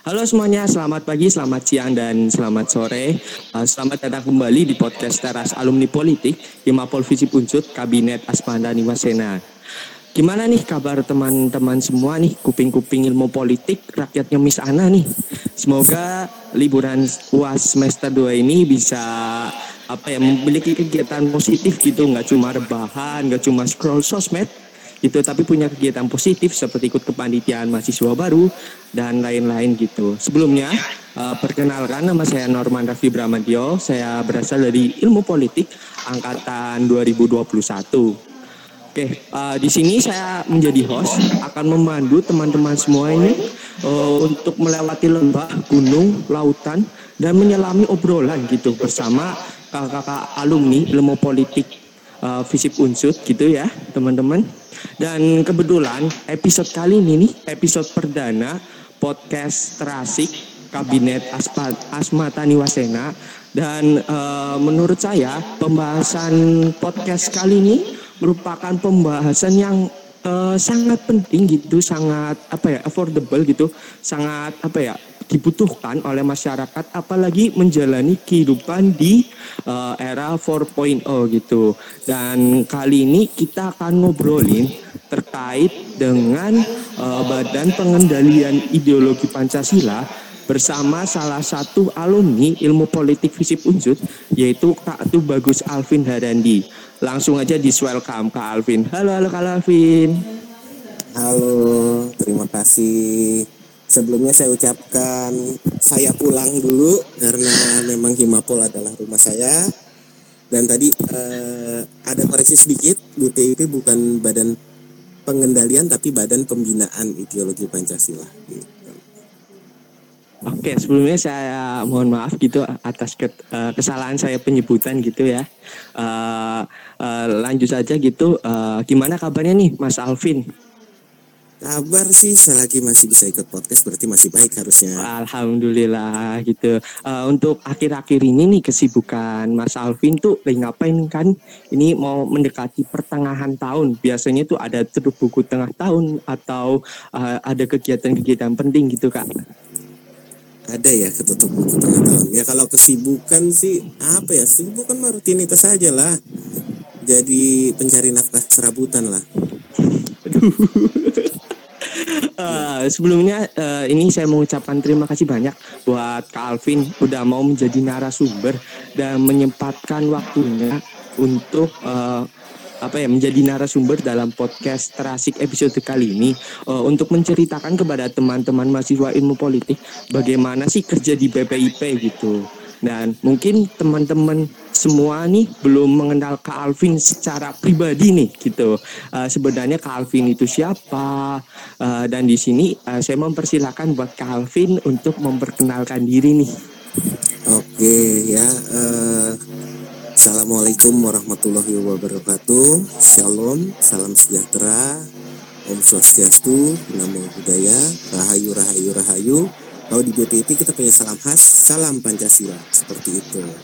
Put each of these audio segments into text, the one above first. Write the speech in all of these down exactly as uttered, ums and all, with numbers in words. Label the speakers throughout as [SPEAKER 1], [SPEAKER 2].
[SPEAKER 1] Halo semuanya, selamat pagi, selamat siang, dan selamat sore. Uh, selamat datang kembali di podcast Teras Alumni Politik, Himapol Visip Unsut, Kabinet Asmandani Wasena. Gimana nih kabar teman-teman semua nih, kuping-kuping ilmu politik, rakyatnya Miss Ana nih. Semoga liburan U A S semester dua ini bisa apa ya memiliki kegiatan positif gitu, nggak cuma rebahan, nggak cuma scroll sosmed, gitu tapi punya kegiatan positif seperti ikut kepanitiaan mahasiswa baru dan lain-lain gitu. Sebelumnya uh, perkenalkan, nama saya Norman Raffi Bramantio, saya berasal dari Ilmu Politik angkatan dua ribu dua puluh satu. Oke, uh, di sini saya menjadi host akan memandu teman-teman semua ini uh, untuk melewati lembah, gunung, lautan dan menyelami obrolan gitu bersama kakak-kakak alumni Ilmu Politik uh, Visip Unsut gitu ya, teman-teman. Dan kebetulan episode kali ini nih, episode perdana podcast Terasik Kabinet Aspa, Asmatani Wasena. Dan uh, menurut saya pembahasan podcast kali ini merupakan pembahasan yang uh, sangat penting gitu, sangat apa ya affordable gitu, sangat apa ya dibutuhkan oleh masyarakat, apalagi menjalani kehidupan di uh, era empat titik nol gitu. Dan kali ini kita akan ngobrolin terkait dengan uh, Badan Pengendalian Ideologi Pancasila bersama salah satu alumni Ilmu Politik Visip Unsut, yaitu Kak Tubagus Alvin Harandi. Langsung aja di welcome Kak Alvin. Halo, halo Kak Alvin.
[SPEAKER 2] Halo, terima kasih. Sebelumnya saya ucapkan saya pulang dulu karena memang Himapol adalah rumah saya. Dan tadi eh, ada koreksi sedikit, B P I P bukan badan pengendalian tapi badan pembinaan ideologi Pancasila.
[SPEAKER 1] Oke, sebelumnya saya mohon maaf gitu atas ke, uh, kesalahan saya penyebutan gitu ya. Uh, uh, lanjut saja gitu. Uh, gimana kabarnya nih, Mas Alvin?
[SPEAKER 2] Kabar sih selagi masih bisa ikut podcast berarti masih baik harusnya.
[SPEAKER 1] Alhamdulillah gitu. Uh, untuk akhir-akhir ini nih kesibukan Mas Alvin tuh lagi ngapain kan? Ini mau mendekati pertengahan tahun. Biasanya tuh ada tutup buku tengah tahun atau uh, ada kegiatan-kegiatan penting gitu Kak.
[SPEAKER 2] Ada ya ketutup buku tengah tahun. Ya kalau kesibukan sih apa ya? Kesibukan mah rutinitas saja lah. Jadi pencari nafkah serabutan lah.
[SPEAKER 1] uh, sebelumnya uh, ini saya mengucapkan terima kasih banyak buat Kak Alvin udah mau menjadi narasumber dan menyempatkan waktunya untuk uh, apa ya menjadi narasumber dalam podcast Terasik episode kali ini uh, untuk menceritakan kepada teman-teman mahasiswa ilmu politik bagaimana sih kerja di B P I P gitu. Dan mungkin teman-teman semua nih belum mengenal Kak Alvin secara pribadi nih gitu. Uh, sebenarnya Kak Alvin itu siapa? Uh, dan di sini uh, saya mempersilahkan buat Kak Alvin untuk memperkenalkan diri nih.
[SPEAKER 2] Oke ya. Uh, Assalamualaikum warahmatullahi wabarakatuh. Shalom, salam sejahtera, Om Swastiastu, Namo Buddhaya, Rahayu Rahayu Rahayu. Kalau di B P I P kita punya salam khas, salam Pancasila, seperti itu. Nah,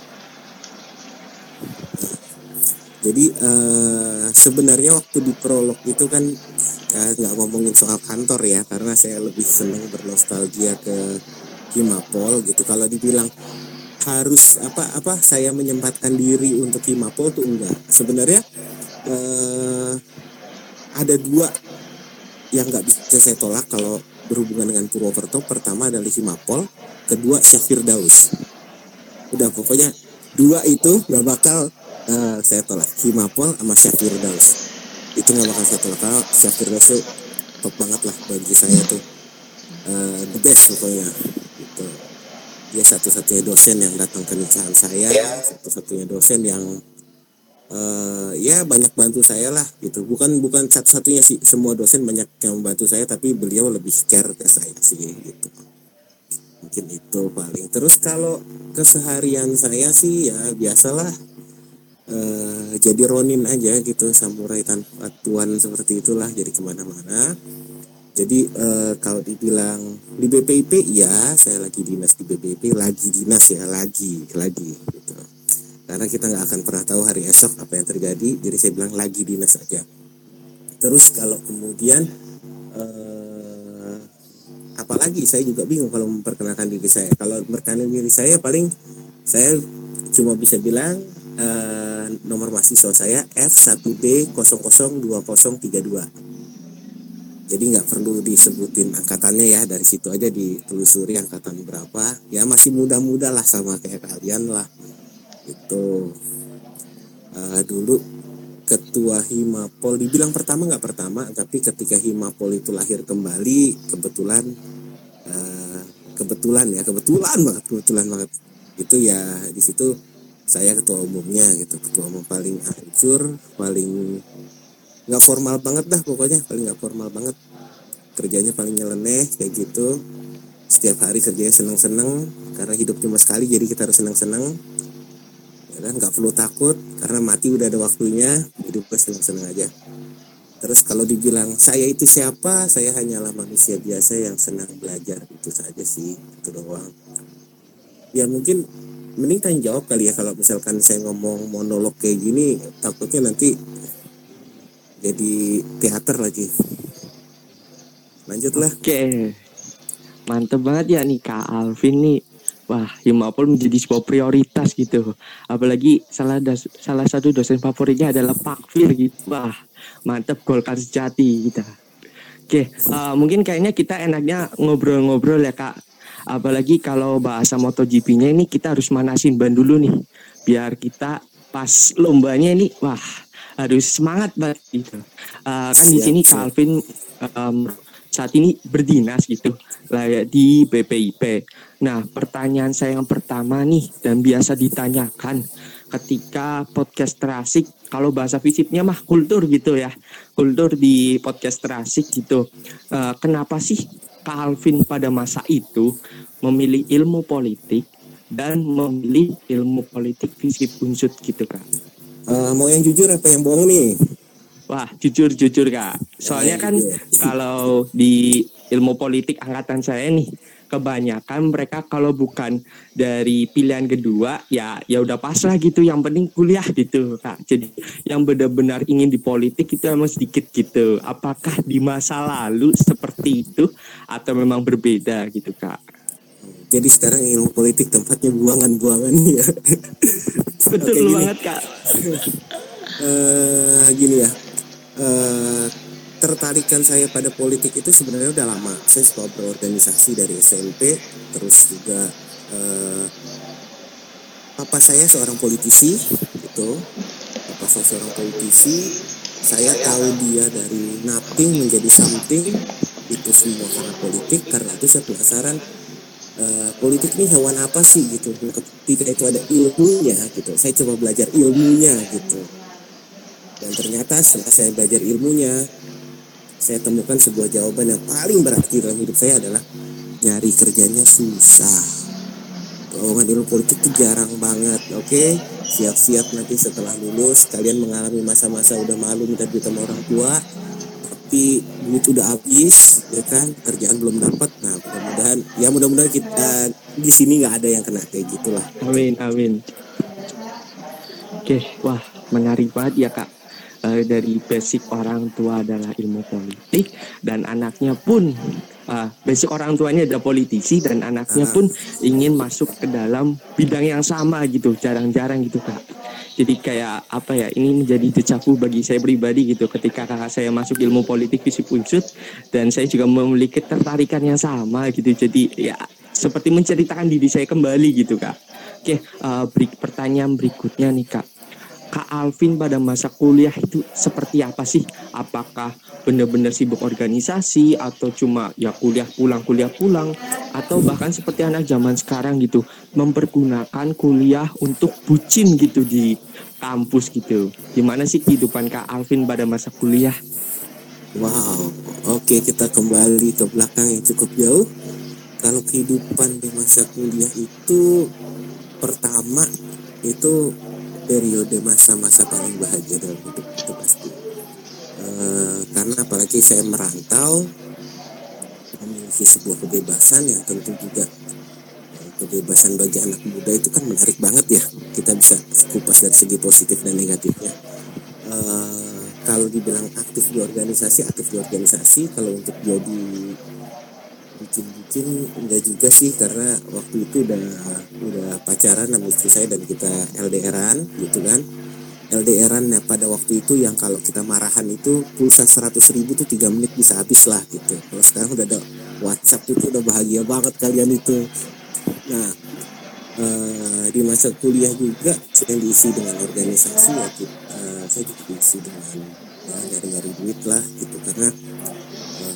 [SPEAKER 2] jadi uh, sebenarnya waktu di prolog itu kan uh, nggak ngomongin soal kantor ya, karena saya lebih senang bernostalgia ke Himapol gitu. Kalau dibilang harus apa apa saya menyempatkan diri untuk Himapol tuh enggak. Sebenarnya eh, ada dua yang nggak bisa saya tolak kalau berhubungan dengan Purwokerto. Pertama adalah Himapol, kedua Syekh Firdaus. Udah pokoknya dua itu nggak bakal eh, saya tolak. Himapol sama Syekh Firdaus itu nggak bakal saya tolak. Kalau Syekh Firdaus tuh top banget lah bagi saya tuh, eh, the best pokoknya. Gitu. Dia satu-satunya dosen yang datang ke nikahan saya, satu-satunya dosen yang uh, ya banyak bantu saya lah gitu. Bukan bukan satu-satunya sih, semua dosen banyak yang membantu saya, tapi beliau lebih care ke saya sih gitu. Mungkin itu paling. Terus kalau keseharian saya sih ya biasalah, uh, jadi Ronin aja gitu, samurai tanpa tuan seperti itulah, jadi kemana-mana. Jadi eh, kalau dibilang di B P I P ya saya lagi dinas di B P I P, lagi dinas ya lagi lagi gitu. Karena kita nggak akan pernah tahu hari esok apa yang terjadi, jadi saya bilang lagi dinas aja. Terus kalau kemudian eh, apalagi saya juga bingung kalau memperkenalkan diri saya. Kalau memperkenalkan diri saya paling saya cuma bisa bilang uh, nomor mahasiswa saya F satu B nol nol dua nol tiga dua. Jadi nggak perlu disebutin angkatannya ya, dari situ aja ditelusuri angkatan berapa. Ya masih muda-muda lah sama kayak kalian lah. Itu uh, dulu ketua Himapol, dibilang pertama nggak pertama, tapi ketika Himapol itu lahir kembali, kebetulan uh, kebetulan ya kebetulan banget kebetulan banget itu ya di situ saya ketua umumnya gitu, ketua umum paling hancur, paling nggak formal banget dah pokoknya, paling nggak formal banget, kerjanya paling nyeleneh kayak gitu, setiap hari kerjanya seneng-seneng karena hidup cuma sekali, jadi kita harus seneng-seneng ya kan, nggak perlu takut karena mati udah ada waktunya, hidupnya seneng-seneng aja. Terus kalau dibilang saya itu siapa, saya hanyalah manusia biasa yang senang belajar, itu saja sih, itu doang. Ya mungkin mending tanya jawab kali ya, kalau misalkan saya ngomong monolog kayak gini takutnya nanti jadi teater lagi. Lanjutlah.
[SPEAKER 1] Oke, mantep banget ya nih Kak Alvin nih. Wah, Himapol menjadi sebuah prioritas gitu. Apalagi salah das, salah satu dosen favoritnya adalah Pak Fir gitu. Wah, mantep, Golkar sejati kita. Oke, uh, mungkin kayaknya kita enaknya ngobrol-ngobrol ya Kak. Apalagi kalau bahasa MotoGP-nya ini kita harus manasin ban dulu nih. Biar kita pas lombanya ini, wah, harus semangat banget gitu. Uh, kan siap, di sini Kak Alvin um, saat ini berdinas gitu lah ya, di B P I P. Nah, pertanyaan saya yang pertama nih dan biasa ditanyakan ketika podcast terasik, kalau bahasa fisiknya mah kultur gitu ya, kultur di podcast terasik gitu. Uh, kenapa sih Kak Alvin pada masa itu memilih ilmu politik dan memilih ilmu politik fisip unsur gitu Kak?
[SPEAKER 2] Uh, mau yang jujur apa yang bohong nih?
[SPEAKER 1] Wah, jujur-jujur Kak. Soalnya kan kalau di ilmu politik angkatan saya nih, kebanyakan mereka kalau bukan dari pilihan kedua, ya ya udah pasrah gitu. Yang penting kuliah gitu Kak. Jadi yang benar-benar ingin di politik itu emang sedikit gitu. Apakah di masa lalu seperti itu atau memang berbeda gitu Kak?
[SPEAKER 2] Jadi sekarang ilmu politik tempatnya buangan-buangan ya.
[SPEAKER 1] Betul okay, banget Kak.
[SPEAKER 2] uh, gini ya. Uh, tertarikan saya pada politik itu sebenarnya udah lama. Saya suka berorganisasi dari S M P, terus juga uh, papa saya seorang politisi gitu. Papa saya seorang politisi, saya tahu dia dari nothing menjadi something, itu semua karena politik. Karena itu saya penasaran, uh, politik ini hewan apa sih gitu. Ketika itu ada ilmunya gitu, saya coba belajar ilmunya gitu. Dan ternyata setelah saya belajar ilmunya, saya temukan sebuah jawaban yang paling berarti dalam hidup saya adalah nyari kerjanya susah. Lowongan ilmu politik itu jarang banget. Oke, okay? Siap-siap nanti setelah lulus kalian mengalami masa-masa udah malu minta duit sama orang tua, tapi duit udah habis, ya kan? Kerjaan belum dapat. Nah, mudah-mudahan, ya mudah-mudahan kita di sini nggak ada yang kena kayak gitulah.
[SPEAKER 1] Amin, amin. Oke, okay, wah menarik banget ya Kak. Uh, dari basic orang tua adalah ilmu politik dan anaknya pun uh, basic orang tuanya adalah politisi dan anaknya pun ingin masuk ke dalam bidang yang sama gitu, jarang-jarang gitu Kak. Jadi kayak apa ya, ini menjadi dejavu bagi saya pribadi gitu ketika kakak saya masuk ilmu politik fisip unsur dan saya juga memiliki ketertarikan yang sama gitu. Jadi ya seperti menceritakan diri saya kembali gitu Kak. Oke, uh, beri, pertanyaan berikutnya nih Kak. Kak Alvin pada masa kuliah itu seperti apa sih? Apakah benar-benar sibuk organisasi atau cuma ya kuliah pulang kuliah pulang atau bahkan seperti anak zaman sekarang gitu mempergunakan kuliah untuk bucin gitu di kampus gitu? Gimana sih kehidupan Kak Alvin pada masa kuliah?
[SPEAKER 2] Wow, oke, kita kembali ke belakang yang cukup jauh. Kalau kehidupan di masa kuliah itu pertama itu periode masa-masa paling bahagia dalam hidup itu pasti. E, karena apalagi saya merantau, memiliki sebuah kebebasan yang tentu juga e, kebebasan bagi anak muda itu kan menarik banget ya. Kita bisa kupas dari segi positif dan negatifnya. E, kalau dibilang aktif di organisasi, aktif di organisasi. Kalau untuk jadi bikin Mungkin enggak juga sih, karena waktu itu udah udah pacaran sama istri saya dan kita L D R-an gitu kan. L D R-an ya pada waktu itu yang kalau kita marahan itu pulsa seratus ribu tuh tiga menit bisa habis lah gitu. Kalau sekarang udah ada WhatsApp itu udah bahagia banget kalian itu. Nah, eh, di masa kuliah juga saya diisi dengan organisasi ya, kita, eh, saya juga diisi dengan ya nyari-nyari duit lah gitu, karena eh,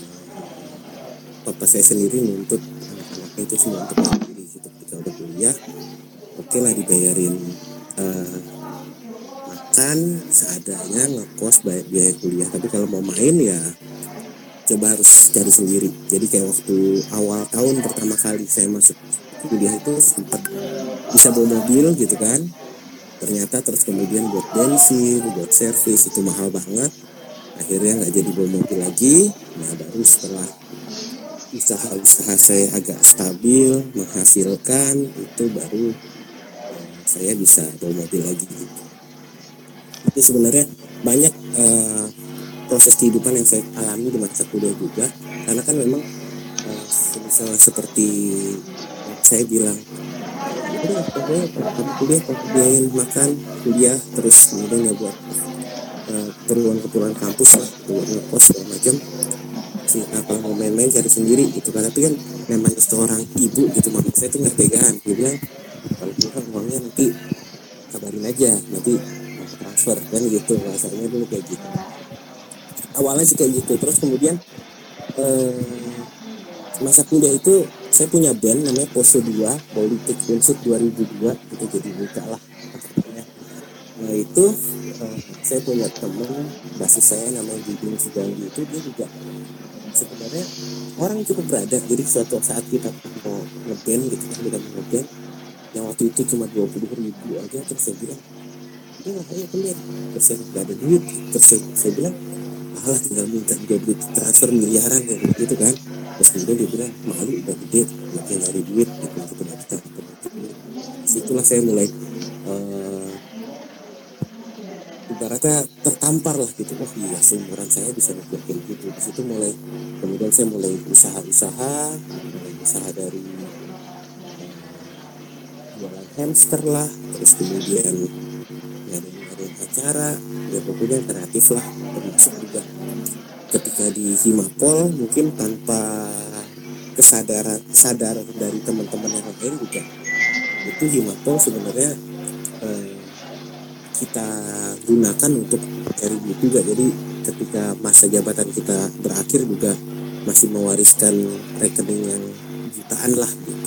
[SPEAKER 2] papa saya sendiri nuntut anak-anaknya itu semua untuk mandiri gitu. Ketika udah kuliah, oke okay lah dibayarin eh, makan seadanya, ngekos, bayar biaya kuliah. Tapi kalau mau main ya coba harus cari sendiri. Jadi kayak waktu awal tahun pertama kali saya masuk kuliah itu sempat bisa bawa mobil gitu kan. Ternyata terus kemudian buat bensin, buat servis itu mahal banget. Akhirnya nggak jadi bawa mobil lagi. Nah baru setelah usaha-usaha saya agak stabil, menghasilkan, itu baru eh, saya bisa bawa mobil lagi gitu. Itu sebenarnya banyak eh, proses kehidupan yang saya alami di masa kuliah juga, karena kan memang eh, misalnya seperti yang saya bilang, udah pokoknya kamu kuliah, kamu biayain makan kuliah, terus kemudian ya buat uh, keperluan-keperluan kampus lah, buat ngekos segala macam, si apa mau main-main cari sendiri gitu kan. Tapi kan namanya seorang ibu gitu, mama saya tuh nggak tegaan, dia bilang kalau keluar uangnya nanti kabarin aja, nanti transfer kan gitu, bahasanya dulu kayak gitu. Awalnya sih kayak gitu, terus kemudian eh, masa kuliah itu saya punya band namanya Pose dua, Politik Unsur dua ribu dua, itu jadi buka lah katanya. Nah itu eh, saya punya teman basis saya namanya Didin Sugandi, itu dia juga sebenarnya orang yang cukup berada. Jadi suatu saat kita mau ngeband gitu kan, kita mau ngeband yang waktu itu cuma dua puluh ribu aja, terus saya bilang ini ngapain kuliah, terus saya gak ada duit, terus saya, saya bilang alah tinggal minta juga duit transfer miliaran kayak gitu kan. Terus kemudian dia bilang malu udah gede makin nyari duit gitu untuk kita. Situlah saya mulai uh, ibaratnya tertampar lah gitu, oh iya seumuran saya bisa mikir kayak gitu. Di situ mulai kemudian saya mulai usaha-usaha, mulai usaha dari jualan hamster lah, terus kemudian ngadain acara, ya pokoknya kreatif lah, termasuk juga ketika di Himapol mungkin tanpa kesadaran sadar dari teman-teman yang lain juga, itu Himapol sebenarnya eh, kita gunakan untuk cari duit juga. Jadi ketika masa jabatan kita berakhir juga masih mewariskan rekening yang jutaan lah gitu.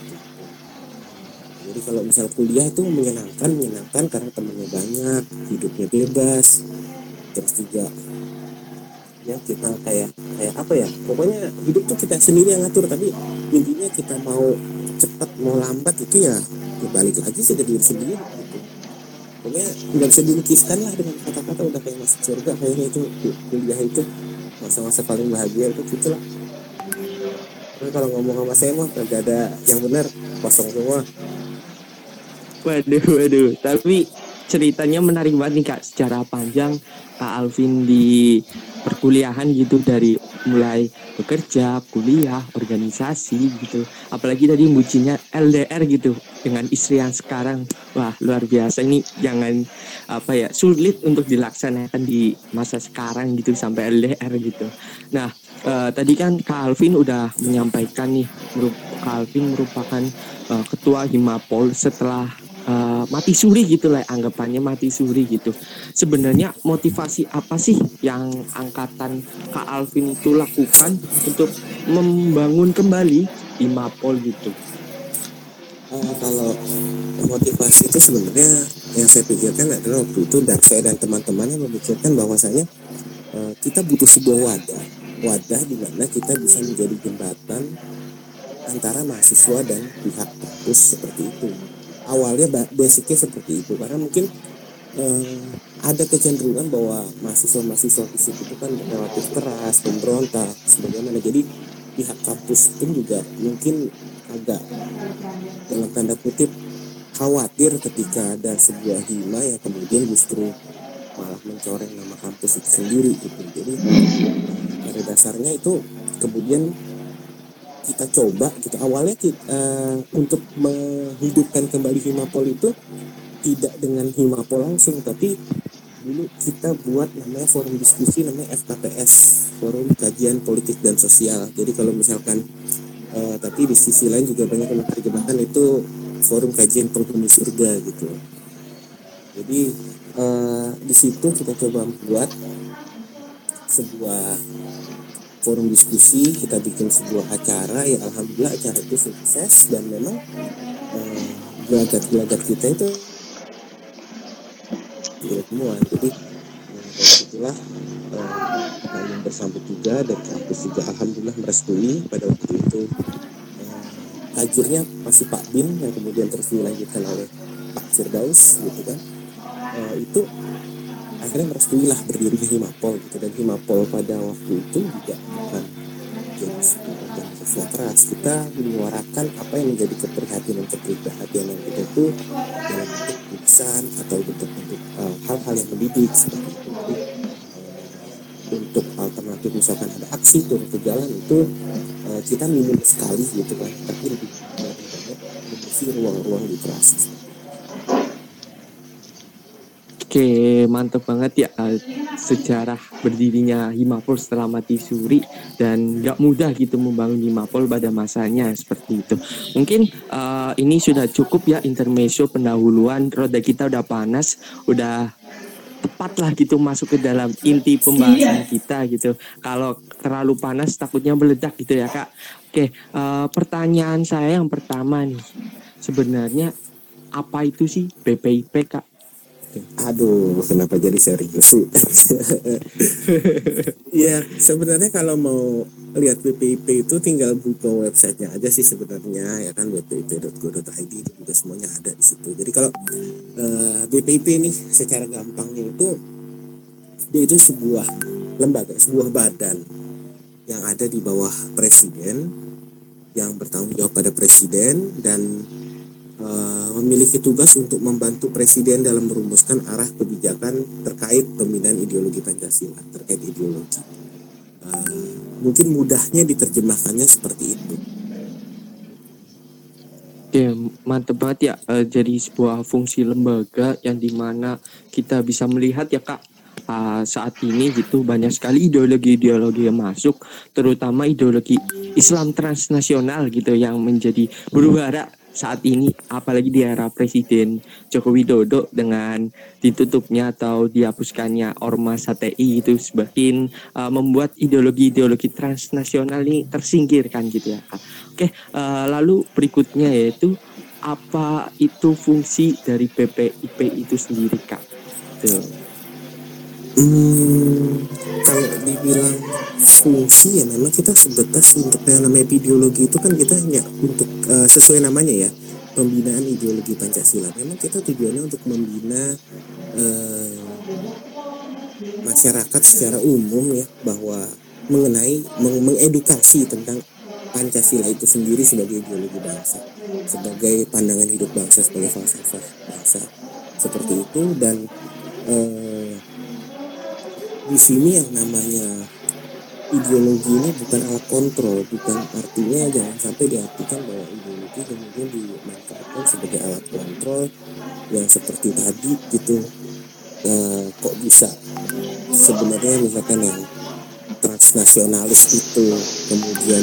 [SPEAKER 2] Jadi kalau misal kuliah itu menyenangkan, menyenangkan karena temennya banyak, hidupnya bebas, terus juga ya kita kayak kayak apa ya, pokoknya hidup tuh kita sendiri yang ngatur. Tapi intinya kita mau cepat mau lambat itu ya, ya balik lagi sih ke diri sendiri gitu. Pokoknya nggak bisa dilukiskan lah dengan kata-kata udah kayak masuk surga kayaknya itu kuliah itu masa-masa paling bahagia itu gitu lah. Tapi kalau ngomong sama saya mah gak ada yang benar, kosong semua.
[SPEAKER 1] Waduh, waduh. Tapi ceritanya menarik banget nih Kak, secara panjang Kak Alvin di perkuliahan gitu, dari mulai bekerja, kuliah, organisasi gitu. Apalagi tadi bucinnya L D R gitu dengan istri yang sekarang. Wah, luar biasa. Ini jangan apa ya, sulit untuk dilaksanakan di masa sekarang gitu sampai L D R gitu. Nah, eh, tadi kan Kak Alvin udah menyampaikan nih, Kak Alvin merupakan uh, ketua Himapol setelah uh, mati suri gitu lah, anggapannya mati suri gitu. Sebenarnya motivasi apa sih yang angkatan Kak Alvin itu lakukan untuk membangun kembali Himapol gitu?
[SPEAKER 2] Uh, kalau motivasi itu sebenarnya yang saya pikirkan adalah waktu itu, dan saya dan teman-temannya memikirkan bahwasanya uh, kita butuh sebuah wadah, wadah di mana kita bisa menjadi jembatan antara mahasiswa dan pihak kampus seperti itu. Awalnya basicnya seperti itu, karena mungkin eh, ada kecenderungan bahwa mahasiswa-mahasiswa fisik itu kan relatif keras, pemberontak, sebagaimana. Jadi pihak kampus pun juga mungkin agak dalam tanda kutip khawatir ketika ada sebuah hima yang kemudian justru malah mencoreng nama kampus itu sendiri gitu. Jadi pada dasarnya itu kemudian kita coba gitu awalnya kita, uh, untuk menghidupkan kembali Himapol itu tidak dengan Himapol langsung, tapi dulu kita buat namanya forum diskusi, namanya F K P S, Forum Kajian Politik dan Sosial. Jadi kalau misalkan uh, tapi di sisi lain juga banyak yang menerjemahkan itu Forum Kajian Penghuni Surga gitu. Jadi uh, di situ kita coba buat sebuah forum diskusi, kita bikin sebuah acara, ya alhamdulillah acara itu sukses dan memang uh, gelagat-gelagat kita itu semua. Jadi dari situlah uh, kami bersambut juga dan kampus juga alhamdulillah merestui pada waktu itu. Uh, tajirnya masih Pak Bin yang kemudian terus dilanjutkan oleh Pak Firdaus gitu kan. Uh, itu akhirnya merestuilah berdirinya Himapol gitu, dan Himapol pada waktu itu juga bukan jadi sebuah organisasi yang keras. Kita menyuarakan apa yang menjadi keprihatinan keprihatinan kita itu dalam bentuk tulisan atau bentuk-bentuk uh, hal-hal yang mendidik seperti itu. Jadi, uh, untuk alternatif misalkan ada aksi turun ke jalan itu uh, kita minim sekali gitu kan, tapi lebih banyak mengisi ruang-ruang literasi.
[SPEAKER 1] Oke, mantap banget ya uh, sejarah berdirinya Himapol setelah mati suri, dan gak mudah gitu membangun Himapol pada masanya seperti itu. Mungkin uh, ini sudah cukup ya intermezzo pendahuluan, roda kita udah panas, udah tepat lah gitu masuk ke dalam inti pembahasan kita gitu. Kalau terlalu panas takutnya meledak gitu ya Kak. Oke, uh, pertanyaan saya yang pertama nih, sebenarnya apa itu sih B P I P Kak?
[SPEAKER 2] Aduh, kenapa jadi serius sih? Ya, sebenarnya kalau mau lihat B P I P itu tinggal buka websitenya aja sih sebenarnya, ya kan, b p i p dot go dot i d itu juga semuanya ada di situ. Jadi kalau uh, B P I P ini secara gampangnya itu dia itu sebuah lembaga, sebuah badan yang ada di bawah presiden, yang bertanggung jawab pada presiden dan Uh, memiliki tugas untuk membantu presiden dalam merumuskan arah kebijakan terkait pembinaan ideologi Pancasila, terkait ideologi. Uh, mungkin mudahnya diterjemahkannya seperti itu.
[SPEAKER 1] Oke, mantap banget ya. Uh, jadi sebuah fungsi lembaga yang dimana kita bisa melihat ya Kak, uh, saat ini gitu banyak sekali ideologi-ideologi yang masuk, terutama ideologi Islam transnasional gitu yang menjadi huru-hara saat ini, apalagi di era Presiden Joko Widodo dengan ditutupnya atau dihapuskannya Ormas H T I itu sebagian uh, membuat ideologi-ideologi transnasional ini tersingkirkan gitu ya. Oke, uh, lalu berikutnya yaitu apa itu fungsi dari B P I P itu sendiri Kak? Tuh.
[SPEAKER 2] Hmm, kalau dibilang fungsi ya memang kita sebatas untuk yang namanya ideologi itu kan kita hanya untuk uh, sesuai namanya ya, pembinaan ideologi Pancasila. Memang kita tujuannya untuk membina uh, masyarakat secara umum ya, bahwa mengenai meng- mengedukasi tentang Pancasila itu sendiri sebagai ideologi bangsa, sebagai pandangan hidup bangsa, sebagai falsafah bangsa seperti itu. Dan uh, di sini yang namanya ideologi ini bukan alat kontrol, bukan artinya jangan sampai diartikan bahwa ideologi kemudian dimanfaatkan sebagai alat kontrol yang seperti tadi gitu. E, kok bisa sebenarnya misalkan yang transnasionalis itu kemudian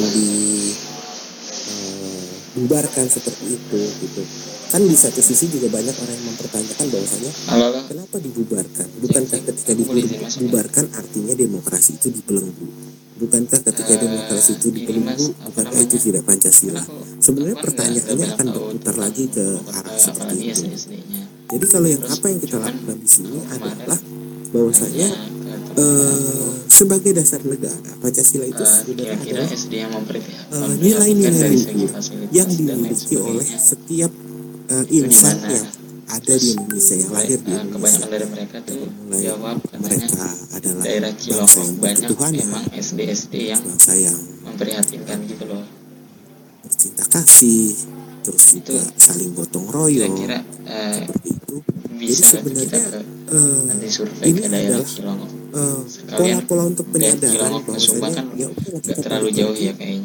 [SPEAKER 2] dibubarkan e, seperti itu gitu. Kan di satu sisi juga banyak orang yang mempertanyakan bahwasanya kenapa dibubarkan? Bukankah ketika dibubarkan artinya demokrasi itu dibelenggu? Bukankah ketika demokrasi itu dibelenggu, bukankah itu tidak Pancasila? Sebenarnya pertanyaannya akan berputar lagi ke arah seperti itu. Jadi kalau yang apa yang kita lakukan di sini adalah bahwasanya eh, sebagai dasar negara, Pancasila itu sebenarnya adalah eh, nilai-nilai luhur yang dimiliki oleh setiap Uh, insan yang ada di Indonesia, yang lahir di Indonesia.
[SPEAKER 3] Dari mereka tuh
[SPEAKER 2] mulai
[SPEAKER 3] jawab
[SPEAKER 2] mereka adalah
[SPEAKER 3] daerah
[SPEAKER 2] bangsa yang berketuhanan,
[SPEAKER 3] memang S D S D yang
[SPEAKER 2] bangsa yang
[SPEAKER 3] memprihatinkan gitu loh,
[SPEAKER 2] bercinta kasih, terus
[SPEAKER 3] itu
[SPEAKER 2] juga saling gotong royong,
[SPEAKER 3] kira-kira uh,
[SPEAKER 2] seperti itu. Jadi
[SPEAKER 3] bisa
[SPEAKER 2] sebenarnya
[SPEAKER 3] ke,
[SPEAKER 2] uh, ini adalah uh, pola-pola untuk penyadaran bahwasanya
[SPEAKER 3] kan
[SPEAKER 2] ya udah kita
[SPEAKER 3] terlalu jauh ya kayaknya.
[SPEAKER 2] ke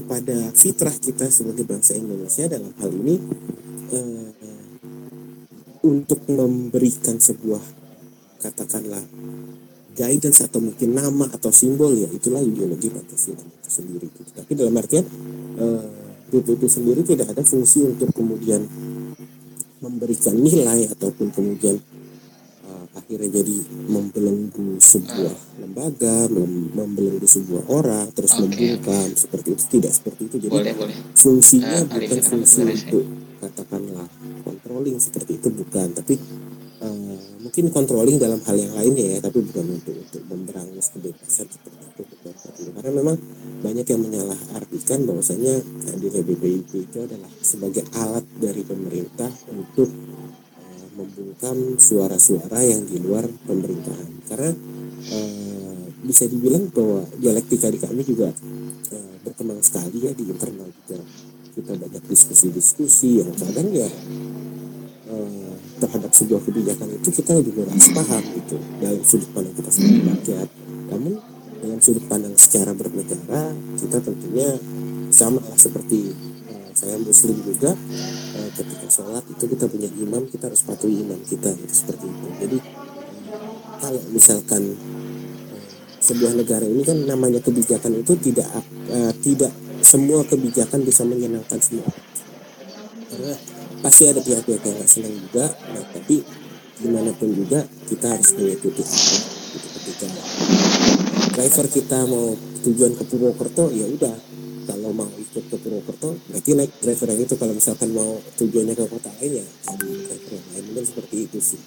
[SPEAKER 2] pada fitrah kita sebagai bangsa Indonesia dalam hal ini uh, untuk memberikan sebuah katakanlah guidance atau mungkin nama atau simbol, ya itulah ideologi Pancasila itu sendiri gitu. Tapi dalam artian uh, B P I P sendiri tidak ada fungsi untuk kemudian memberikan nilai ataupun kemudian uh, akhirnya jadi membelenggu sebuah lembaga, mem- membelenggu sebuah orang, terus
[SPEAKER 3] Oke,
[SPEAKER 2] membungkam seperti itu, tidak seperti itu. Jadi
[SPEAKER 3] boleh boleh.
[SPEAKER 2] fungsinya
[SPEAKER 3] Eh,
[SPEAKER 2] bukan
[SPEAKER 3] Arifin, aku
[SPEAKER 2] fungsi
[SPEAKER 3] beres ya.
[SPEAKER 2] untuk katakanlah controlling seperti itu, bukan, tapi uh, mungkin controlling dalam hal yang lainnya ya, tapi bukan untuk untuk memberangus kebebasan seperti itu, bukan seperti itu. Karena memang banyak yang menyalahartikan bahwasanya hadirnya B P I P itu adalah sebagai alat dari pemerintah untuk uh, membungkam suara-suara yang di luar pemerintahan. Karena uh, bisa dibilang bahwa dialektika di kami juga uh, berkembang sekali ya, di internal juga kita banyak diskusi-diskusi yang kadang ya eh, terhadap sebuah kebijakan itu kita lebih merasa paham gitu dalam sudut pandang kita sebagai rakyat. Namun dalam sudut pandang secara bernegara kita tentunya sama lah seperti eh, saya muslim juga, eh, ketika sholat itu kita punya imam, kita harus patuhi imam kita gitu, seperti itu. Jadi kalau misalkan eh, sebuah negara ini kan namanya kebijakan itu tidak eh, tidak semua kebijakan bisa menyenangkan semua, karena pasti ada pihak-pihak yang nggak senang juga. Nah, tapi gimana pun juga kita harus mengikuti arah gitu. Ketika driver kita mau tujuan ke Purwokerto, ya udah, kalau mau ikut ke Purwokerto berarti naik driver yang itu. Kalau misalkan mau tujuannya ke kota lain ya cari driver yang lain, mungkin seperti itu sih.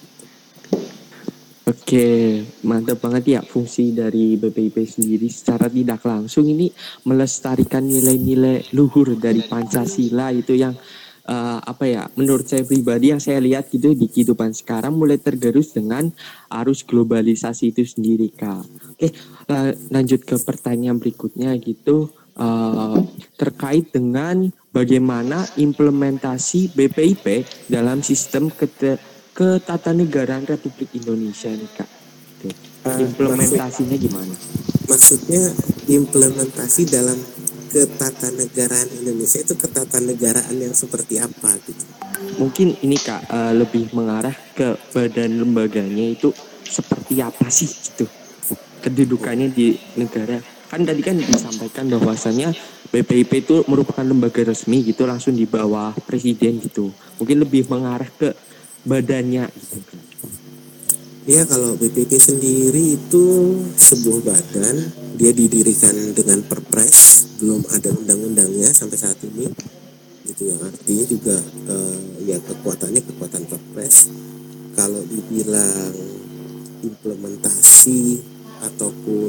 [SPEAKER 1] Oke, mantap banget ya fungsi dari B P I P sendiri secara tidak langsung ini melestarikan nilai-nilai luhur dari Pancasila itu yang uh, apa ya, menurut saya pribadi yang saya lihat gitu di kehidupan sekarang mulai tergerus dengan arus globalisasi itu sendiri, Kak. Oke, la- lanjut ke pertanyaan berikutnya gitu, uh, terkait dengan bagaimana implementasi B P I P dalam sistem kete ketatanegaraan Republik Indonesia nih, Kak. Tuh.
[SPEAKER 2] Uh,
[SPEAKER 1] Implementasinya gimana?
[SPEAKER 2] Maksudnya implementasi dalam ketatanegaraan Indonesia itu ketatanegaraan yang seperti apa gitu?
[SPEAKER 1] Mungkin ini Kak uh, lebih mengarah ke badan lembaganya itu seperti apa sih gitu. Kedudukannya di negara. Kan tadi kan disampaikan bahwasanya B P I P itu merupakan lembaga resmi gitu, langsung di bawah presiden gitu. Mungkin lebih mengarah ke badannya gitu kan.
[SPEAKER 2] Ya, kalau B P I P sendiri itu sebuah badan, dia didirikan dengan perpres, belum ada undang-undangnya sampai saat ini. Itu yang artinya juga eh, ya kekuatannya kekuatan perpres. Kalau dibilang implementasi ataupun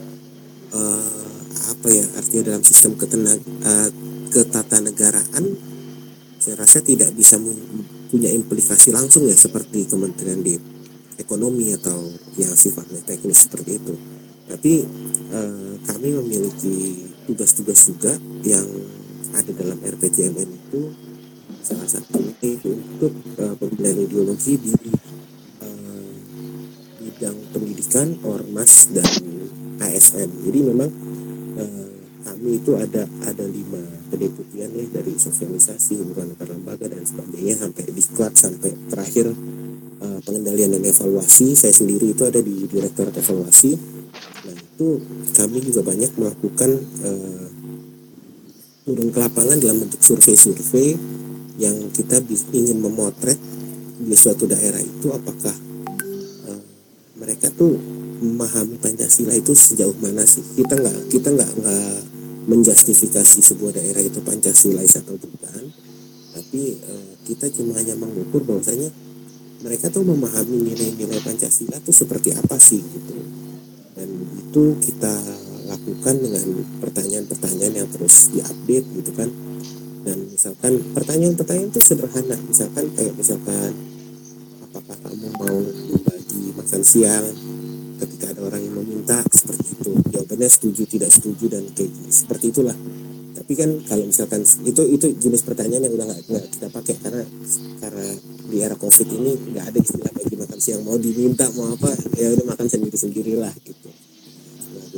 [SPEAKER 2] eh, apa ya artinya dalam sistem ketenag- eh, ketatanegaraan, saya rasa tidak bisa punya implikasi langsung ya seperti Kementerian di ekonomi atau yang sifatnya teknis seperti itu. Tapi eh, kami memiliki tugas-tugas juga yang ada dalam R P J M N itu, salah satunya itu untuk eh, pembinaan ideologi di eh, bidang pendidikan, ormas dan A S N. Jadi memang eh, kami itu ada ada lima kedeputian ya, dari sosialisasi, hubungan antar lembaga dan sebagainya sampai diklat sampai terakhir uh, pengendalian dan evaluasi. Saya sendiri itu ada di Direktorat Evaluasi. Nah, itu kami juga banyak melakukan uh, turun ke lapangan dalam bentuk survei-survei yang kita ingin memotret di suatu daerah itu apakah uh, mereka tuh memahami Pancasila itu sejauh mana sih. Kita nggak kita nggak nggak menjustifikasi sebuah daerah itu Pancasilais atau bukan, tapi uh, kita cuma hanya mengukur bahwasanya mereka tuh memahami nilai-nilai Pancasila tuh seperti apa sih gitu. Dan itu kita lakukan dengan pertanyaan-pertanyaan yang terus diupdate gitu kan. Dan misalkan pertanyaan-pertanyaan itu sederhana, misalkan kayak misalkan apakah kamu mau berbagi makan siang ketika ada orang yang meminta, seperti itu. Jawabannya setuju, tidak setuju, dan kayak gitu. Seperti itulah. Tapi kan kalau misalkan itu itu jenis pertanyaan yang udah nggak nggak kita pakai karena karena di era COVID ini nggak ada istilah bagi makan siang, mau diminta mau apa ya udah makan sendiri sendirilah gitu. Nah, jadi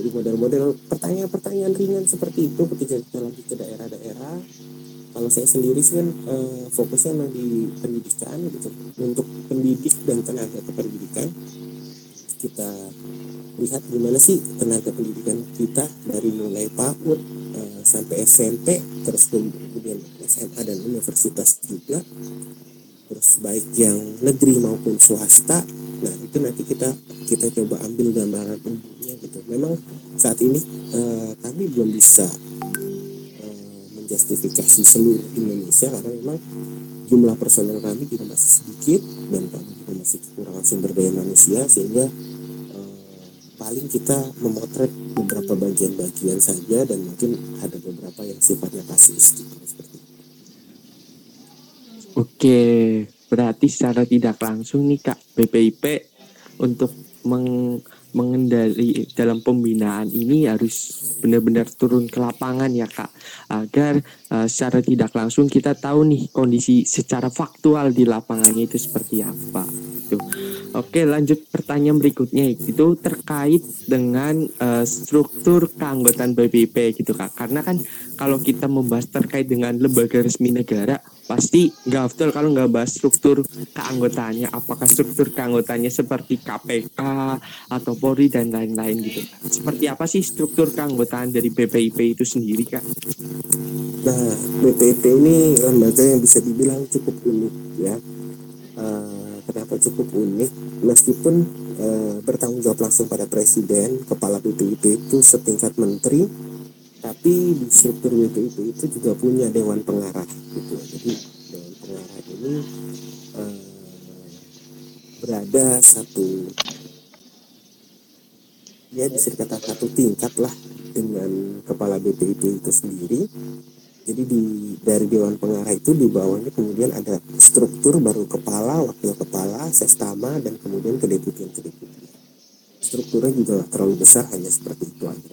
[SPEAKER 2] Jadi model-model pertanyaan-pertanyaan ringan seperti itu ketika kita lagi ke daerah-daerah. Kalau saya sendiri sih kan eh, fokusnya memang di pendidikan gitu. Untuk pendidik dan tenaga kependidikan, kita lihat gimana sih tenaga pendidikan kita dari mulai PAUD eh, sampai S M P, terus kemudian S M A dan universitas juga, terus baik yang negeri maupun swasta. Nah itu nanti kita kita coba ambil gambaran umumnya gitu. Memang saat ini eh, kami belum bisa eh, menjustifikasi seluruh Indonesia karena memang jumlah personel kami juga masih sedikit dan kami juga masih kekurangan sumber daya manusia, sehingga paling kita memotret beberapa bagian-bagian saja dan mungkin ada beberapa yang sifatnya kasuistik seperti itu.
[SPEAKER 1] Oke, berarti secara tidak langsung nih Kak, B P I P untuk meng mengendali dalam pembinaan ini harus benar-benar turun ke lapangan ya Kak, agar uh, secara tidak langsung kita tahu nih kondisi secara faktual di lapangannya itu seperti apa. Tuh. Oke, lanjut pertanyaan berikutnya itu terkait dengan uh, struktur keanggotaan B P I P gitu Kak. Karena kan kalau kita membahas terkait dengan lembaga resmi negara, pasti nggak afdol kalau nggak bahas struktur keanggotaannya. Apakah struktur keanggotaannya seperti K P K atau Polri dan lain-lain gitu. Seperti apa sih struktur keanggotaan dari B P I P itu sendiri Kak?
[SPEAKER 2] Nah, B P I P ini lembaga yang bisa dibilang cukup unik ya. Uh, kenapa cukup unik? Meskipun uh, bertanggung jawab langsung pada presiden, kepala B P I P itu setingkat menteri, tapi di struktur B P I P itu juga punya dewan pengarah gitu. Jadi dewan pengarah ini uh, berada satu, ya bisa dikatakan satu tingkat lah dengan kepala B P I P itu sendiri. Jadi di dari dewan pengarah itu di bawahnya kemudian ada struktur baru kepala, wakil kepala, sestama, dan kemudian kedeputian kedeputian. Strukturnya juga terlalu besar, hanya seperti itu aja.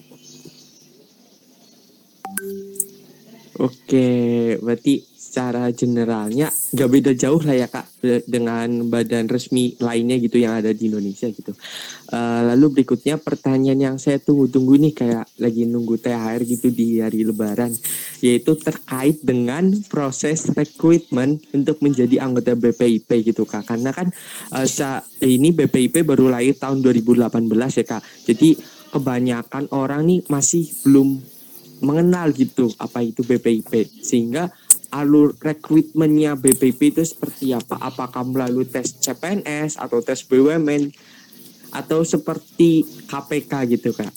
[SPEAKER 1] Oke, berarti secara generalnya nggak beda jauh lah ya Kak dengan badan resmi lainnya gitu yang ada di Indonesia gitu. Uh, lalu berikutnya pertanyaan yang saya tunggu-tunggu nih, kayak lagi nunggu T H R gitu di hari Lebaran, yaitu terkait dengan proses rekrutmen untuk menjadi anggota B P I P gitu Kak. Karena kan uh, saat ini B P I P baru lahir tahun dua ribu delapan belas ya Kak. Jadi kebanyakan orang nih masih belum mengenal gitu apa itu B P I P, sehingga alur rekrutmennya B P I P itu seperti apa? Apakah melalui tes C P N S atau tes B U M N atau seperti K P K gitu Kak?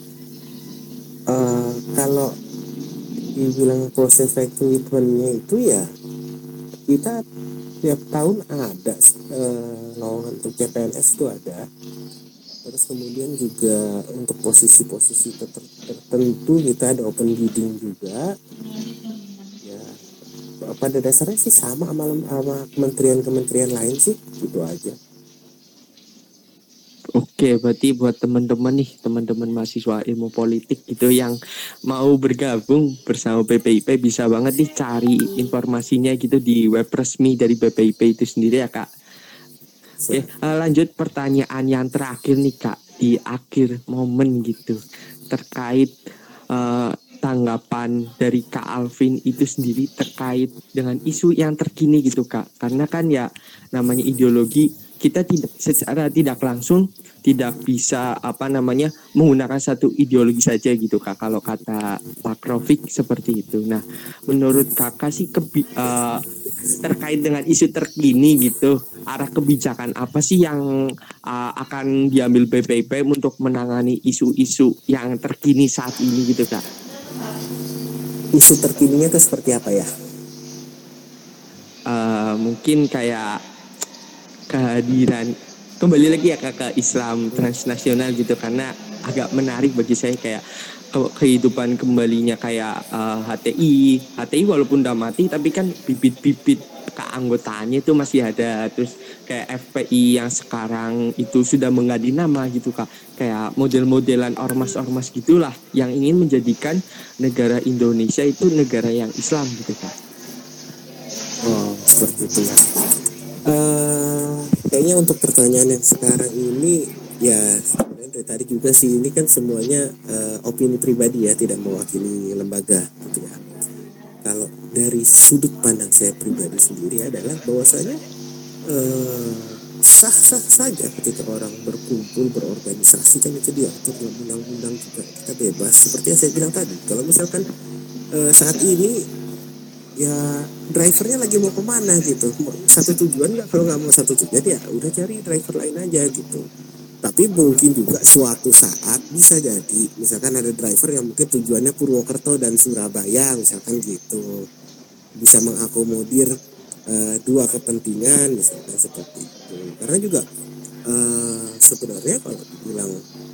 [SPEAKER 2] Uh, kalau dibilang proses rekrutmennya itu ya kita tiap tahun ada uh, lowongan untuk C P N S itu ada. Terus kemudian juga untuk posisi-posisi ter- tertentu kita ada open bidding juga. Ya, pada dasarnya sih sama sama, sama kementerian-kementerian lain sih, gitu aja.
[SPEAKER 1] Oke, berarti buat teman-teman nih, teman-teman mahasiswa ilmu politik gitu yang mau bergabung bersama B P I P, bisa banget nih cari informasinya gitu di web resmi dari B P I P itu sendiri ya Kak. Oke, uh, lanjut pertanyaan yang terakhir nih Kak, di akhir momen gitu, terkait uh, tanggapan dari Kak Alvin itu sendiri terkait dengan isu yang terkini gitu Kak. Karena kan ya namanya ideologi, kita tidak secara tidak langsung tidak bisa apa namanya menggunakan satu ideologi saja gitu Kak, kalau kata Pak Rofik seperti itu. Nah, menurut Kakak sih kebi- uh, terkait dengan isu terkini gitu, arah kebijakan apa sih yang uh, akan diambil B P I P untuk menangani isu-isu yang terkini saat ini gitu Kak?
[SPEAKER 2] Isu terkininya itu seperti apa ya?
[SPEAKER 1] Uh, mungkin kayak kehadiran, kembali lagi ya ke, ke Islam transnasional gitu, karena agak menarik bagi saya kayak ke, kehidupan kembalinya kayak uh, H T I H T I walaupun udah mati tapi kan bibit-bibit keanggotaannya itu masih ada. Terus kayak F P I yang sekarang itu sudah mengganti nama gitu Kak, kayak model-modelan ormas-ormas gitulah yang ingin menjadikan negara Indonesia itu negara yang Islam gitu Kak.
[SPEAKER 2] Oh, seperti itu ya. Uh, kayaknya untuk pertanyaan yang sekarang ini ya sebenarnya dari tadi juga sih, ini kan semuanya uh, opini pribadi ya, tidak mewakili lembaga gitu ya. Kalau dari sudut pandang saya pribadi sendiri adalah bahwasanya uh, sah-sah saja ketika orang berkumpul berorganisasi, kan itu diatur dalam undang-undang juga, kita bebas. Seperti yang saya bilang tadi, kalau misalkan uh, saat ini ya drivernya lagi mau kemana gitu, satu tujuan nggak, kalau nggak mau satu tujuan ya udah cari driver lain aja gitu. Tapi mungkin juga suatu saat bisa jadi misalkan ada driver yang mungkin tujuannya Purwokerto dan Surabaya misalkan gitu, bisa mengakomodir uh, dua kepentingan misalkan seperti itu. Karena juga uh, sebenarnya kalau dibilang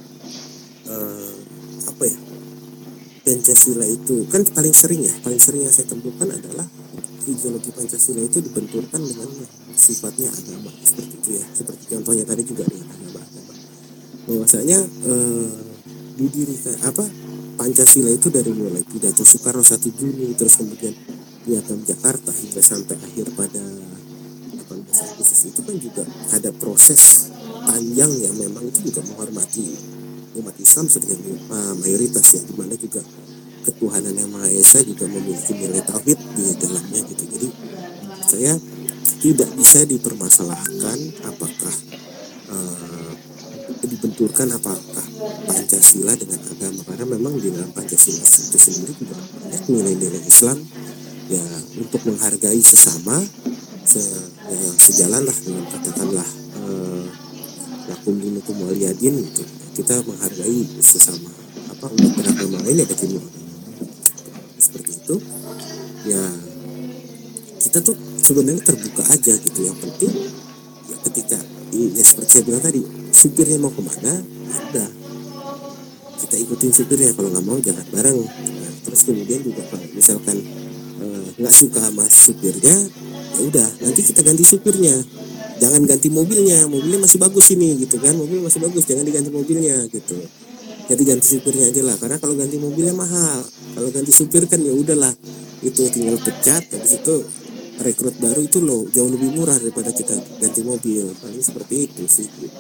[SPEAKER 2] uh, apa ya, Pancasila itu kan paling sering ya, paling sering yang saya temukan adalah ideologi Pancasila itu dibenturkan dengan sifatnya agama seperti itu ya. Seperti contohnya tadi juga dengan agama-agama. Bahwasanya eh, didirikan apa Pancasila itu dari mulai pidato Soekarno satu Juni, terus kemudian Piagam Jakarta hingga sampai akhir pada delapan belas Agustus itu kan juga ada proses panjang yang memang itu juga menghormati umat Islam sebagai uh, mayoritas ya, dimana juga ketuhanan yang Maha Esa juga memiliki nilai tauhid di dalamnya gitu. Jadi saya tidak bisa dipermasalahkan apakah uh, dibenturkan apakah Pancasila dengan agama, karena memang di dalam Pancasila itu sendiri juga banyak nilai-nilai Islam ya, untuk menghargai sesama se, ya, yang sejalan lah dengan katakanlah uh, lakum dinukum waliyadin gitu. Kita menghargai sesama apa umat beragama lain ya, gitu. Seperti itu ya, kita tuh sebenarnya terbuka aja gitu. Yang penting ya ketika ya seperti saya bilang tadi, supirnya mau kemana ya udah kita ikutin supirnya, kalau nggak mau jangan bareng. Nah, terus kemudian juga kalau misalkan nggak eh, suka sama supirnya ya udah nanti kita ganti supirnya, jangan ganti mobilnya, mobilnya masih bagus ini gitu kan, mobil masih bagus, jangan diganti mobilnya gitu. Jadi ganti supirnya aja lah, karena kalau ganti mobilnya mahal, kalau ganti supir kan ya udahlah, itu tinggal pecat, habis itu rekrut baru itu loh jauh lebih murah daripada kita ganti mobil. Paling seperti itu sih gitu.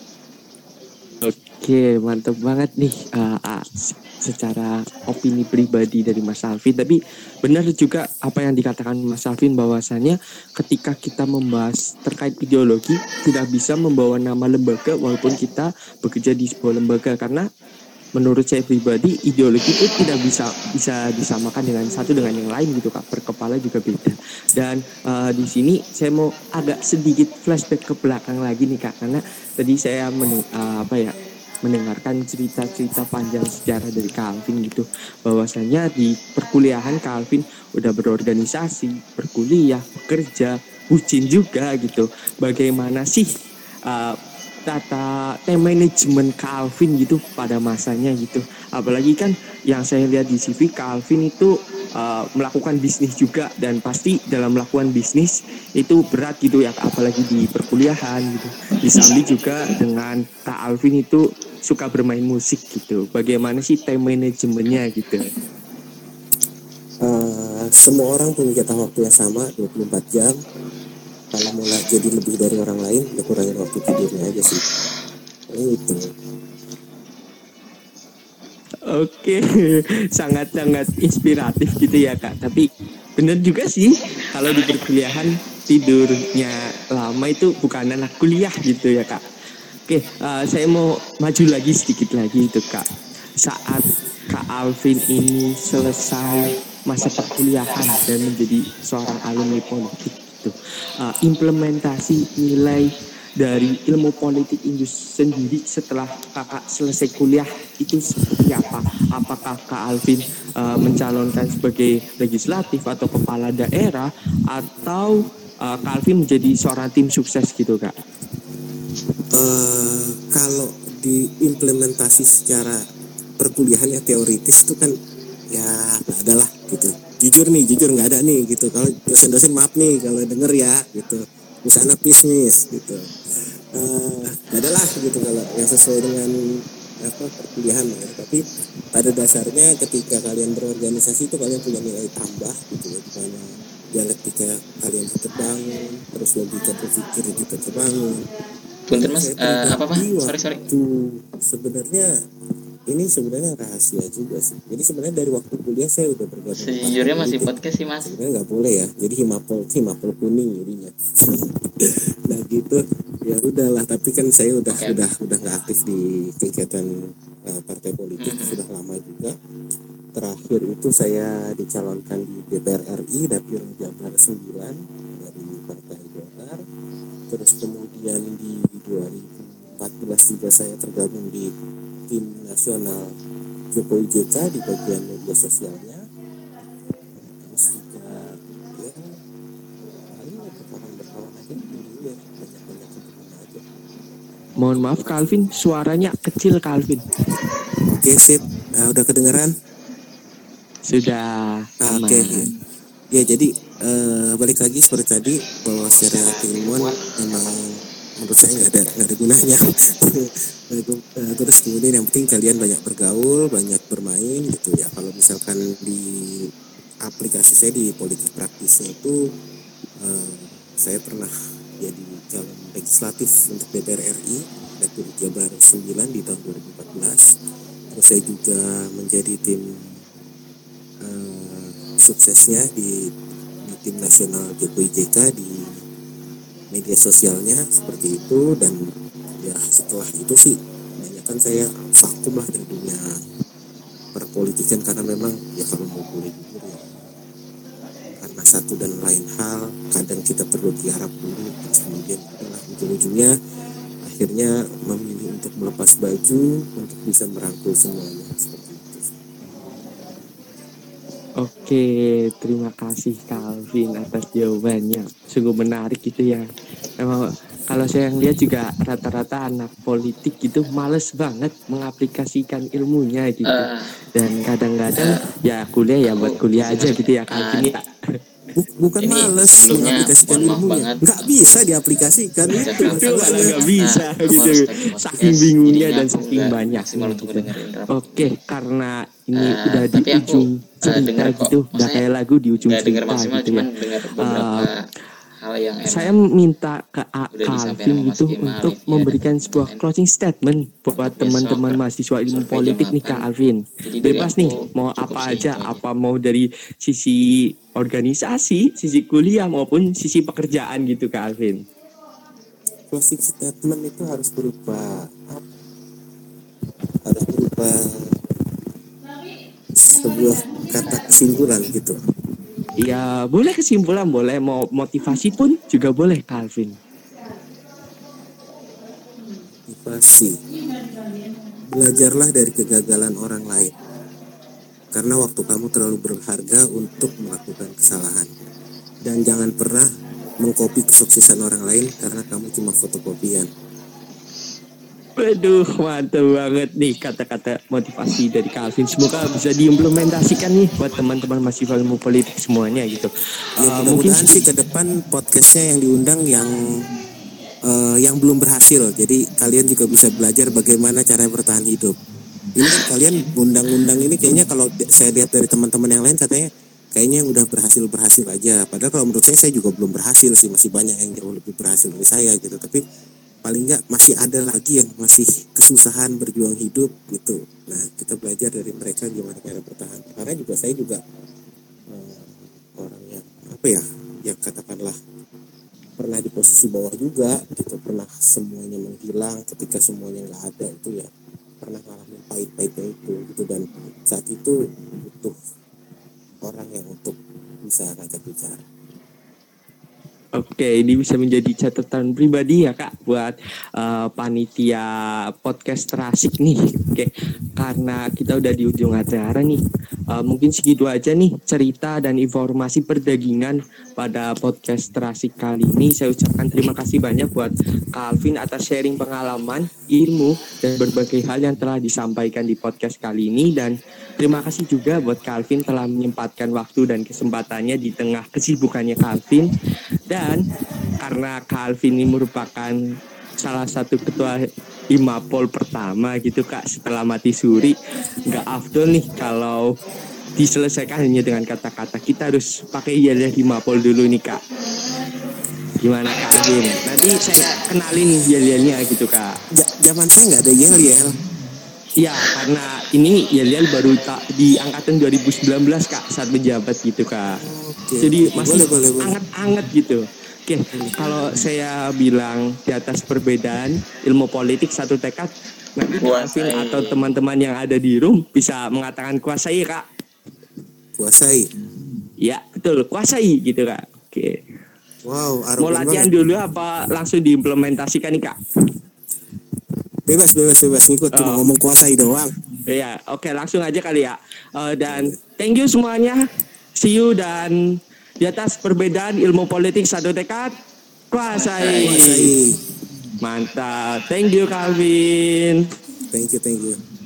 [SPEAKER 1] Oke, mantap banget nih uh, uh, secara opini pribadi dari Mas Alvin. Tapi benar juga apa yang dikatakan Mas Alvin, bahwasannya ketika kita membahas terkait ideologi tidak bisa membawa nama lembaga walaupun kita bekerja di sebuah lembaga, karena menurut saya pribadi ideologi itu tidak bisa bisa disamakan dengan satu dengan yang lain gitu Kak. Per kepala juga beda. Dan uh, di sini saya mau agak sedikit flashback ke belakang lagi nih Kak, karena tadi saya men, uh, apa ya mendengarkan cerita-cerita panjang sejarah dari Kak Alvin gitu, bahwasanya di perkuliahan Kak Alvin udah berorganisasi, berkuliah, bekerja, bucin juga gitu. Bagaimana sih uh, tata time management Kak Alvin gitu pada masanya gitu? Apalagi kan yang saya lihat di C V Kak Alvin itu uh, melakukan bisnis juga, dan pasti dalam melakukan bisnis itu berat gitu ya, apalagi di perkuliahan gitu. Disambi juga dengan Kak Alvin itu suka bermain musik gitu. Bagaimana sih time managementnya gitu?
[SPEAKER 2] Uh, semua orang punya jatah waktu yang sama dua puluh empat jam. Kalau mau jadi lebih dari orang lain ya kurangin waktu tidurnya aja sih. Itu.
[SPEAKER 1] Oke, sangat-sangat inspiratif gitu ya Kak. Tapi benar juga sih, kalau di perkuliahan tidurnya lama itu bukan anak kuliah gitu ya Kak. Oke, uh, saya mau maju lagi sedikit lagi itu Kak. Saat Kak Alvin ini selesai masa perkuliahan dan menjadi seorang alumni politik gitu, uh, implementasi nilai dari ilmu politik itu sendiri setelah kakak selesai kuliah itu seperti apa? Apakah Kak Alvin uh, mencalonkan sebagai legislatif atau kepala daerah, atau uh, Kak Alvin menjadi seorang tim sukses gitu Kak?
[SPEAKER 2] Uh, kalau diimplementasi secara perkuliahan ya teoritis itu kan ya nggak ada lah gitu. Jujur nih, jujur nggak ada nih gitu. Kalau dosen-dosen maaf nih kalau denger ya gitu. Misalnya bisnis gitu. Uh, nggak ada lah gitu kalau yang sesuai dengan apa perkuliahan ya. Tapi pada dasarnya ketika kalian berorganisasi itu kalian punya nilai tambah gitu ya, dimana dialektika kalian terbangun, terus logika berpikir juga terbangun.
[SPEAKER 3] Punten Mas,
[SPEAKER 2] Saya
[SPEAKER 3] eh, apa Pak?
[SPEAKER 2] pribadi
[SPEAKER 3] Sorry sorry.
[SPEAKER 2] waktu sebenarnya ini sebenarnya rahasia juga sih. Jadi sebenarnya dari waktu kuliah saya udah bergabung di partai
[SPEAKER 3] Sejujurnya masih
[SPEAKER 2] politik.
[SPEAKER 3] podcast sih Mas.
[SPEAKER 2] Sebenarnya nggak boleh ya. Jadi himapol, himapol kuning jadinya. Nah gitu, ya udahlah. Tapi kan saya udah
[SPEAKER 3] Oke.
[SPEAKER 2] udah udah nggak aktif di kegiatan uh, partai politik
[SPEAKER 3] Mhm.
[SPEAKER 2] sudah lama juga. Terakhir itu saya dicalonkan di D P R R I Dapil Jabar sembilan dari Partai Golkar. Terus kemudian di dua ribu empat belas juga saya tergabung di tim nasional Jokowi J K di bagian media sosialnya. Terus juga ya paling ya berkawan-berkawan aja dulu ya, banyak-banyak ketemu aja.
[SPEAKER 1] Mohon maaf Kak Alvin, suaranya kecil Kak Alvin.
[SPEAKER 2] Oke sip. Nah, udah kedengeran?
[SPEAKER 1] Sudah
[SPEAKER 2] Ah,
[SPEAKER 1] aman.
[SPEAKER 2] Oke. Ya jadi eh, balik lagi seperti tadi bahwa secara keilmuan memang menurut saya nggak ada nggak ada gunanya. Eh, Terus kemudian yang penting kalian banyak bergaul, banyak bermain gitu ya. Kalau misalkan di aplikasi saya di politik praktisnya itu eh, saya pernah jadi calon legislatif untuk D P R R I Dapil Jabar sembilan di tahun dua ribu empat belas. Terus saya juga menjadi tim eh, suksesnya di, di tim nasional Jokowi J K di media sosialnya seperti itu. Dan ya setelah itu sih banyak kan saya vakum lah dari dunia perpolitikan karena memang ya kalau mau boleh jujur ya karena satu dan lain hal kadang kita perlu diharap dulu terus kemudian adalah ujung-ujungnya akhirnya memilih untuk melepas baju untuk bisa merangkul semuanya seperti itu.
[SPEAKER 1] Oke, terima kasih Kak Alvin atas jawabannya. Sungguh menarik gitu ya. Emang kalau saya lihat juga rata-rata anak politik gitu males banget mengaplikasikan ilmunya gitu.
[SPEAKER 3] Eh,
[SPEAKER 1] Dan kadang-kadang ya kuliah ya buat kuliah aja gitu ya Kak Alvin ya.
[SPEAKER 2] Buk- bukan
[SPEAKER 3] Ini
[SPEAKER 2] males
[SPEAKER 3] sebelumnya
[SPEAKER 2] mengaplikasikan
[SPEAKER 3] mohon maaf
[SPEAKER 2] ilmunya,
[SPEAKER 3] banget.
[SPEAKER 2] nggak bisa diaplikasikan itu
[SPEAKER 3] Ucapkan
[SPEAKER 1] Itu malah
[SPEAKER 2] masalahnya.
[SPEAKER 1] nggak bisa
[SPEAKER 3] Nah, aku
[SPEAKER 1] gitu.
[SPEAKER 3] harus tag di podcast,
[SPEAKER 1] Saking bingungnya
[SPEAKER 3] jadinya
[SPEAKER 1] dan
[SPEAKER 3] aku
[SPEAKER 1] saking
[SPEAKER 3] nggak
[SPEAKER 1] banyaknya
[SPEAKER 3] maksimal untuk
[SPEAKER 1] gitu.
[SPEAKER 3] dengerin rap.
[SPEAKER 1] Oke, karena ini
[SPEAKER 3] Eh,
[SPEAKER 1] udah di
[SPEAKER 3] tapi aku,
[SPEAKER 1] ujung
[SPEAKER 3] eh,
[SPEAKER 1] cerita
[SPEAKER 3] denger kok.
[SPEAKER 1] gitu, udah
[SPEAKER 3] Maksudnya
[SPEAKER 1] kayak lagu di ujung
[SPEAKER 3] Nggak denger
[SPEAKER 1] cerita
[SPEAKER 3] maksimal,
[SPEAKER 1] gitu ya.
[SPEAKER 3] cuman denger beberapa hal yang enak.
[SPEAKER 1] Saya minta ke A-
[SPEAKER 3] Udah
[SPEAKER 1] Kak
[SPEAKER 3] disampaikan
[SPEAKER 1] Alvin
[SPEAKER 3] sama Mas
[SPEAKER 1] gitu
[SPEAKER 3] Iman,
[SPEAKER 1] untuk
[SPEAKER 3] Rifki,
[SPEAKER 1] memberikan
[SPEAKER 3] dan
[SPEAKER 1] sebuah
[SPEAKER 3] lain-lain.
[SPEAKER 1] closing statement buat
[SPEAKER 3] Untuk
[SPEAKER 1] teman-teman
[SPEAKER 3] besok
[SPEAKER 1] mahasiswa ilmu
[SPEAKER 3] survei
[SPEAKER 1] politik
[SPEAKER 3] jam
[SPEAKER 1] nih Kak
[SPEAKER 3] delapan.
[SPEAKER 1] Alvin.
[SPEAKER 3] Jadi dari
[SPEAKER 1] Bebas
[SPEAKER 3] aku
[SPEAKER 1] nih, mau
[SPEAKER 3] cukup
[SPEAKER 1] apa
[SPEAKER 3] sih
[SPEAKER 1] aja,
[SPEAKER 3] itu aja.
[SPEAKER 1] apa mau dari sisi organisasi, sisi kuliah maupun sisi pekerjaan gitu Kak Alvin.
[SPEAKER 2] Closing statement itu harus berupa apa? Harus berupa sebuah kata kesimpulan gitu.
[SPEAKER 1] Ya boleh kesimpulan, boleh mau motivasi pun juga boleh Kak Alvin.
[SPEAKER 2] Motivasi. Belajarlah dari kegagalan orang lain. Karena waktu kamu terlalu berharga untuk melakukan kesalahan. Dan jangan pernah mengkopi kesuksesan orang lain karena kamu cuma fotokopian.
[SPEAKER 1] Waduh, mantap banget nih kata-kata motivasi dari Kak Alvin. Semoga bisa diimplementasikan nih buat teman-teman mahasiswa ilmu politik semuanya gitu.
[SPEAKER 2] Ya
[SPEAKER 1] Uh, mungkin
[SPEAKER 2] mudah-mudahan sih ke depan podcastnya yang diundang yang eh, yang belum berhasil. Jadi kalian juga bisa belajar bagaimana cara bertahan hidup. Ini kan kalian undang-undang ini kayaknya kalau saya lihat dari teman-teman yang lain katanya kayaknya udah berhasil-berhasil aja. Padahal kalau menurut saya saya juga belum berhasil sih, masih banyak yang jauh lebih berhasil dari saya gitu. Tapi paling nggak masih ada lagi yang masih kesusahan berjuang hidup gitu. Nah kita belajar dari mereka gimana cara bertahan. Karena juga saya juga eh, orang yang apa ya, ya katakanlah pernah di posisi bawah juga gitu, pernah semuanya menghilang ketika semuanya nggak ada itu ya, pernah ngalamin pahit-pahitnya itu gitu. Dan saat itu butuh orang yang untuk bisa ngajak bicara.
[SPEAKER 1] Oke, ini bisa menjadi catatan pribadi ya Kak buat uh, panitia podcast terasik nih. Oke, karena kita udah di ujung acara nih, uh, mungkin segitu aja nih cerita dan informasi perdagingan pada podcast terasik kali ini. Saya ucapkan terima kasih banyak buat Kak Alvin atas sharing pengalaman, ilmu, dan berbagai hal yang telah disampaikan di podcast kali ini. Dan terima kasih juga buat Kak Alvin telah menyempatkan waktu dan kesempatannya di tengah kesibukannya Kak Alvin. Dan karena Kak Alvin ini merupakan salah satu ketua Himapol pertama gitu Kak setelah mati suri, nggak afdol nih kalau diselesaikan hanya dengan kata-kata. Kita harus pakai ijazah Himapol dulu nih Kak. Gimana Kak Alvin? Nanti saya kenalin yel-yelnya gitu Kak.
[SPEAKER 2] Ja- zaman saya nggak ada yel-yel.
[SPEAKER 1] Iya, karena ini yel-yel baru tak di angkatan dua ribu sembilan belas Kak, saat menjabat gitu Kak.
[SPEAKER 2] Oke.
[SPEAKER 1] Jadi masih
[SPEAKER 2] Boleh, boleh, boleh.
[SPEAKER 1] anget-anget gitu. Oke, kalau saya bilang di atas perbedaan ilmu politik satu tekad, nanti Kak Alvin
[SPEAKER 3] Kuasai.
[SPEAKER 1] atau teman-teman yang ada di room bisa mengatakan kuasai Kak.
[SPEAKER 2] Kuasai.
[SPEAKER 1] Ya, betul, kuasai gitu Kak. Oke.
[SPEAKER 2] Wow,
[SPEAKER 1] Mau
[SPEAKER 2] arogan
[SPEAKER 1] latihan
[SPEAKER 2] banget.
[SPEAKER 1] dulu apa langsung diimplementasikan nih Kak?
[SPEAKER 2] Bebas, bebas, bebas. Ngikut, cuma
[SPEAKER 1] Oh.
[SPEAKER 2] ngomong kuasai doang.
[SPEAKER 1] Iya, oke langsung aja kali ya. Eh, dan thank you semuanya. See you dan di atas perbedaan ilmu politik satu tekad kuasai.
[SPEAKER 2] Kuasai.
[SPEAKER 1] Mantap. Thank you Calvin.
[SPEAKER 2] Thank you, thank you.